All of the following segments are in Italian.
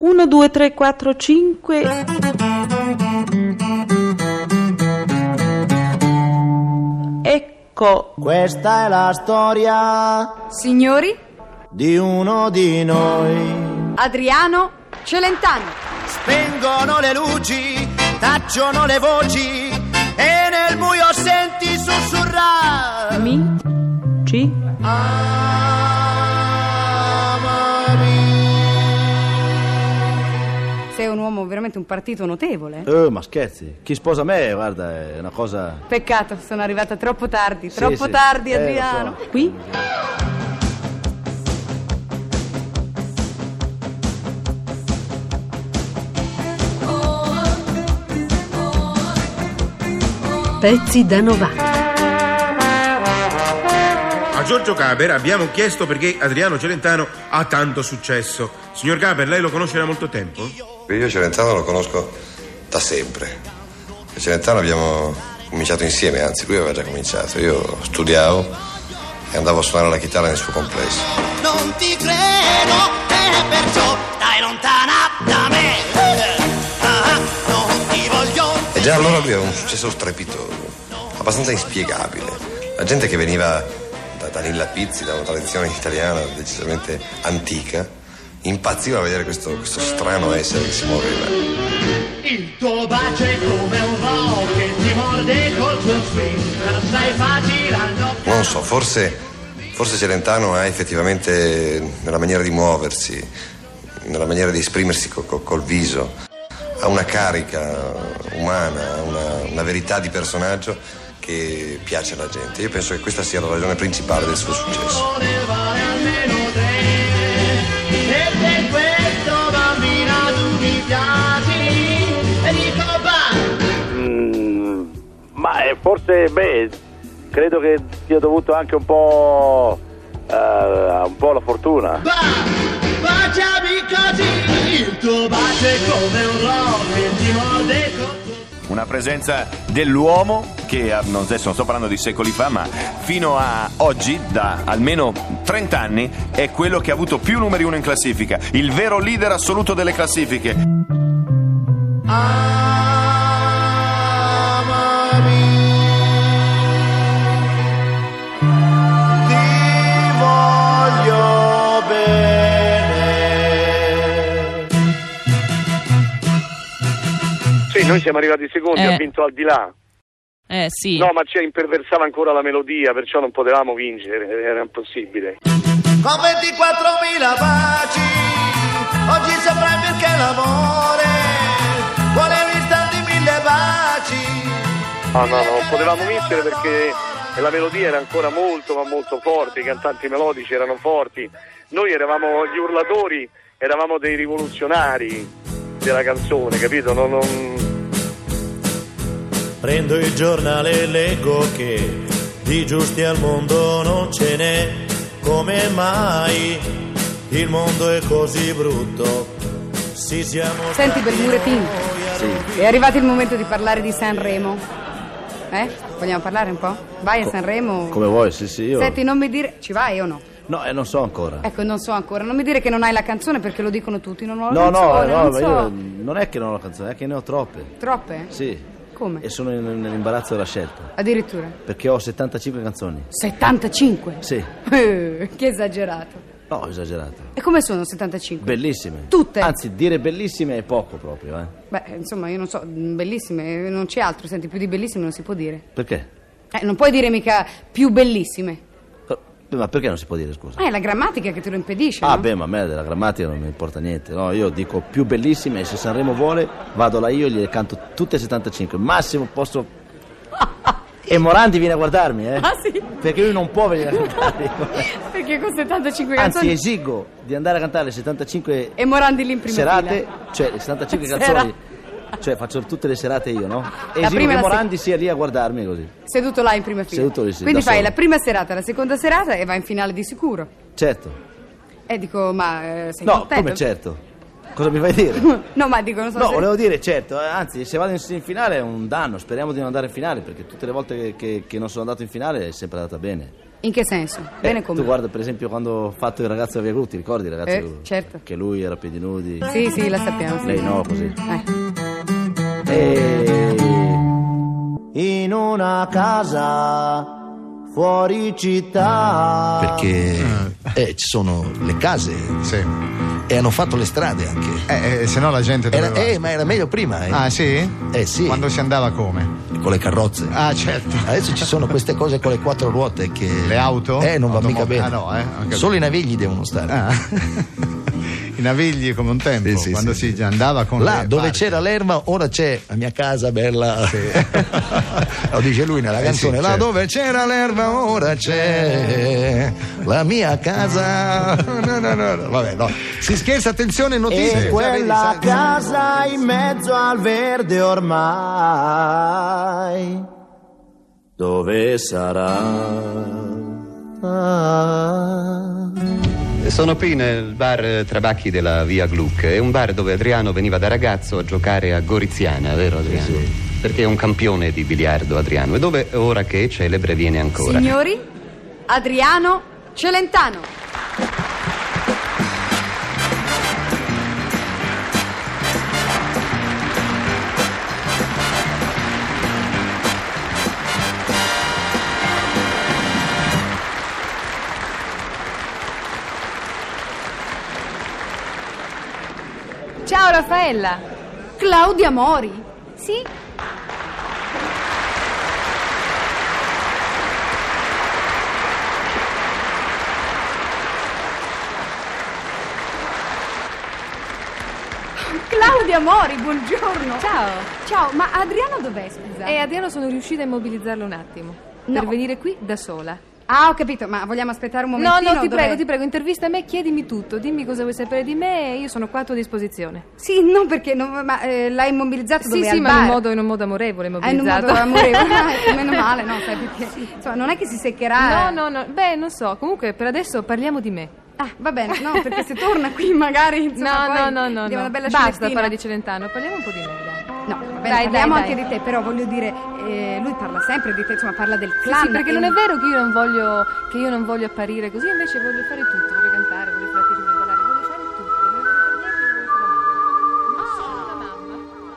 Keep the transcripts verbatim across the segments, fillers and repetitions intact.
uno, due, tre, quattro, cinque. Ecco. Questa è la storia, signori, di uno di noi. Adriano Celentano. Spengono le luci, tacciono le voci e nel buio senti sussurrare. Mi. Ci. Sei un uomo veramente un partito notevole. Eh, ma scherzi, chi sposa me, guarda, è una cosa... Peccato, sono arrivata troppo tardi, Sì, troppo sì. tardi, Eh, lo Adriano. so. Qui. Pezzi da novanta. A Giorgio Gaber abbiamo chiesto perché Adriano Celentano ha tanto successo. Signor Gaber, lei lo conosce da molto tempo? Io Celentano lo conosco da sempre. A Celentano abbiamo cominciato insieme, anzi lui aveva già cominciato. Io studiavo e andavo a suonare la chitarra nel suo complesso. Non ti credo e perciò stai lontana da me. Ah, non ti voglio. E già allora lui aveva un successo strepitoso, abbastanza inspiegabile. La gente che veniva da, da Nilla Pizzi, da una tradizione italiana decisamente antica, impazziva a vedere questo, questo strano essere che si muoveva. Il tuo bacio è come un rock che ti morde col tuo swing, non sai facilando. Non so, forse, forse Celentano ha effettivamente, nella maniera di muoversi, nella maniera di esprimersi col, col, col viso, ha una carica umana, una, una verità di personaggio che piace alla gente. Io penso che questa sia la ragione principale del suo successo. Ne vale almeno tre, e per questo bambina tu mi piaci, e dico va. Mm, ma eh, forse, beh, credo che sia dovuto anche un po' eh, a un po' la fortuna. Va, baciami così, il tuo bacio è come un rock che ti morde col tuo. Una presenza dell'uomo che, non adesso non sto parlando di secoli fa, ma fino a oggi, da almeno trenta anni, è quello che ha avuto più numeri uno in classifica, il vero leader assoluto delle classifiche. Ti voglio bene. Sì, noi siamo arrivati secondi, Eh. ha vinto Al di là. Eh sì. No, ma ci imperversava ancora la melodia, perciò non potevamo vincere, era impossibile. Con ventiquattromila baci, oggi saprai perché l'amore vuole istanti mille baci. No, no, no, non potevamo vincere perché la melodia era ancora molto, ma molto forte, i cantanti melodici erano forti. Noi eravamo gli urlatori, eravamo dei rivoluzionari della canzone, capito? Non... non... Prendo il giornale e leggo che di giusti al mondo non ce n'è. Come mai il mondo è così brutto? Sì, siamo. Senti, stati Bermuretini, noi è arrivato il momento di parlare di Sanremo. Eh? Vogliamo parlare un po'? Vai a Sanremo? Come vuoi, sì, sì, io... Senti, non mi dire... Ci vai o no? No, eh, non so ancora. Ecco, non so ancora. Non mi dire che non hai la canzone perché lo dicono tutti. Non ho la No, no, canzone, no, non ma so. io non è che non ho la canzone, è che ne ho troppe. Troppe? Sì. Come? E sono in- nell'imbarazzo della scelta. Addirittura? Perché ho settantacinque canzoni. settantacinque? Sì. Eh, che esagerato. No, ho esagerato. E come sono settantacinque? Bellissime. Tutte? Anzi, dire bellissime è poco proprio, eh. Beh, insomma, io non so, bellissime, non c'è altro. Senti, più di bellissime non si può dire. Perché? Eh, non puoi dire mica più bellissime. Ma perché non si può dire, scusa? Eh, è la grammatica che te lo impedisce, Ah, no? beh, ma a me della grammatica non mi importa niente. No, io dico più bellissime e se Sanremo vuole, vado là io e gliele canto tutte e settantacinque. Massimo posso... E Morandi viene a guardarmi, eh? Ah, sì? Perché lui non può venire a cantarmi. Perché con settantacinque Anzi, canzoni... esigo di andare a cantare le settantacinque E Morandi lì in prima serate, fila. cioè le settantacinque Sera. canzoni, cioè faccio tutte le serate io, no? E La esigo prima e che la Morandi sia lì a guardarmi così. Seduto là in prima fila. Seduto lì, sì, Quindi da fai solo. la prima serata, la seconda serata e vai in finale di sicuro. Certo. E dico, ma eh, sei No, contento? come certo? Cosa mi fai dire? No, ma dico, non so No, se... volevo dire certo, eh, anzi se vado in, in finale è un danno, speriamo di non andare in finale perché tutte le volte che, che, che non sono andato in finale è sempre andata bene. In che senso? Bene Eh, come? tu guarda, per esempio, quando ho fatto il ragazzo a Via Gru, ti ricordi il ragazzo a Eh, Via Gru? certo. Che lui era a piedi nudi. Sì, sì, la sappiamo. Sì. Lei no, così. Eh. E... In una casa fuori città. Perché eh, ci sono le case e hanno fatto le strade anche. Eh, eh, se no la gente Era, doveva... eh, ma era meglio prima. Eh. Ah, sì? Eh sì. Quando si andava come? Con le carrozze. Ah, certo. Adesso ci sono queste cose con le quattro ruote che... Le auto? Eh, non va Automo- mica bene. Ah, no, eh? Ho capito. Solo i navigli devono stare. Ah. I navigli come un tempo, Sì, sì, quando sì, si sì. andava con Là le dove barche. c'era l'erba, ora c'è la mia casa bella. Sì. Lo dice lui nella Eh, canzone. sì, Là certo. dove c'era l'erba, ora c'è la mia casa. No, no, no, no. Vabbè, no. Si scherza, attenzione, notizie. E quella Già vedi, sai- casa in mezzo al verde ormai, dove sarà? Ah. Sono qui nel bar Trabacchi della via Gluck. È un bar dove Adriano veniva da ragazzo a giocare a Goriziana, vero Adriano? Sì. Perché è un campione di biliardo Adriano, e dove ora che è celebre viene ancora. Signori, Adriano Celentano. Ciao Raffaella. Claudia Mori. Sì? Claudia Mori, buongiorno. Ciao. Ciao, ma Adriano dov'è, scusa? E Adriano sono riuscita a immobilizzarlo un attimo. No. Per venire qui da sola. Ah, ho capito, ma vogliamo aspettare un No, momentino? no, ti Dov'è? prego, ti prego, intervista a me, chiedimi tutto. Dimmi cosa vuoi sapere di me e io sono qua a tua disposizione. Sì, no, perché non, ma eh, l'hai immobilizzato Sì, dove? sì, Al ma in bar? un modo, in un modo amorevole Ah, in un immobilizzato. modo amorevole. Ah, ecco, meno male, no, sai perché. Insomma, non è che si seccherà. No, no, no. Beh, non so. Comunque, per adesso parliamo di me. Ah, va bene, no, perché se torna qui magari. Insomma, No, poi no, no, no. diamo no. una bella Basta scenettina. parlare di Celentano, parliamo un po' di me, dai. No, va bene, Dai, parliamo dai, anche dai. di te, però voglio dire, eh, lui parla sempre di te, insomma, parla del Sì, clan. sì, perché e- non è vero che io non voglio che io non voglio apparire così, invece voglio fare tutto, voglio cantare, voglio fare attrice, voglio ballare, voglio fare tutto. Non voglio per niente, voglio fare la mamma. Sono la mamma.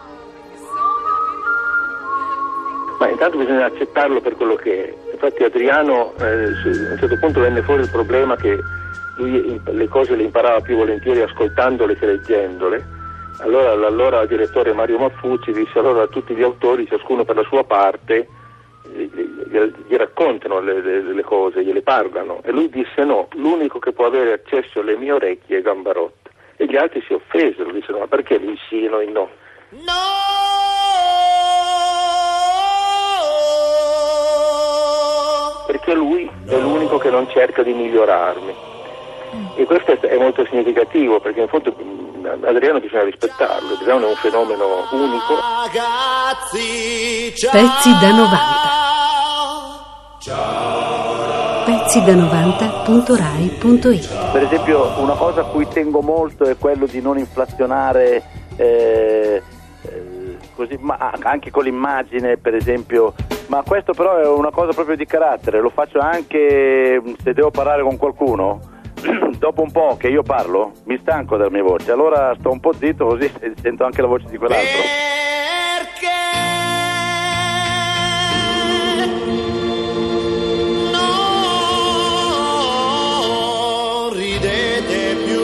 Sono Ma intanto bisogna accettarlo per quello che è. Infatti Adriano eh, su- a un certo punto venne fuori il problema che lui imp- le cose le imparava più volentieri ascoltandole che leggendole. Allora l'allora direttore Mario Maffucci disse allora a tutti gli autori, ciascuno per la sua parte, gli, gli- gli raccontano le, le- le cose, gliele parlano. E lui disse no, l'unico che può avere accesso alle mie orecchie è Gambarotta. E gli altri si offesero, dissero ma perché lui sì e noi no? Perché lui è l'unico che non cerca di migliorarmi. E questo è, è molto significativo perché in fondo mh, Adriano bisogna rispettarlo, Adriano è un fenomeno unico. Pezzi da novanta. Pezzi da novanta punto rai punto it. Per esempio una cosa a cui tengo molto è quello di non inflazionare eh, eh, così, ma anche con l'immagine per esempio, ma questo però è una cosa proprio di carattere, lo faccio anche se devo parlare con qualcuno. Dopo un po' che io parlo mi stanco della mia voce, allora sto un po' zitto così sento anche la voce di quell'altro. Non ridete più,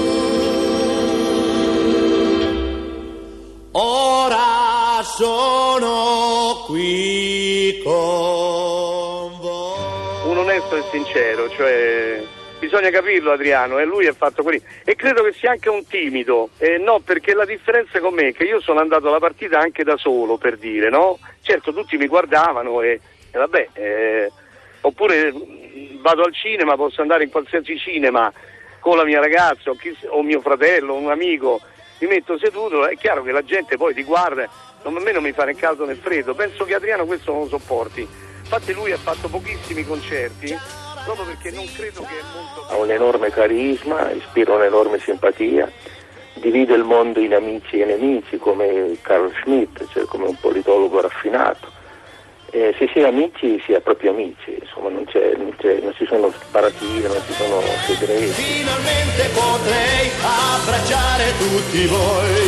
ora sono qui con voi. Un onesto e sincero, cioè bisogna capirlo Adriano, e lui è fatto così, e credo che sia anche un timido, eh, no, perché la differenza con me è che io sono andato alla partita anche da solo, per dire, no? Certo tutti mi guardavano e, e vabbè, eh, oppure mh, vado al cinema, posso andare in qualsiasi cinema con la mia ragazza o, chi, o mio fratello, un amico, mi metto seduto, è chiaro che la gente poi ti guarda, non, a me non mi fa né caldo né freddo, penso che Adriano questo non lo sopporti, infatti lui ha fatto pochissimi concerti, proprio perché non credo che è molto... Ha un enorme carisma, ispira un'enorme simpatia, divide il mondo in amici e nemici come Carl Schmitt, cioè come un politologo raffinato, Eh, se si è amici, si è proprio amici, insomma non, c'è, non, c'è, non ci sono sparative, non ci sono segreti. Finalmente potrei abbracciare tutti voi.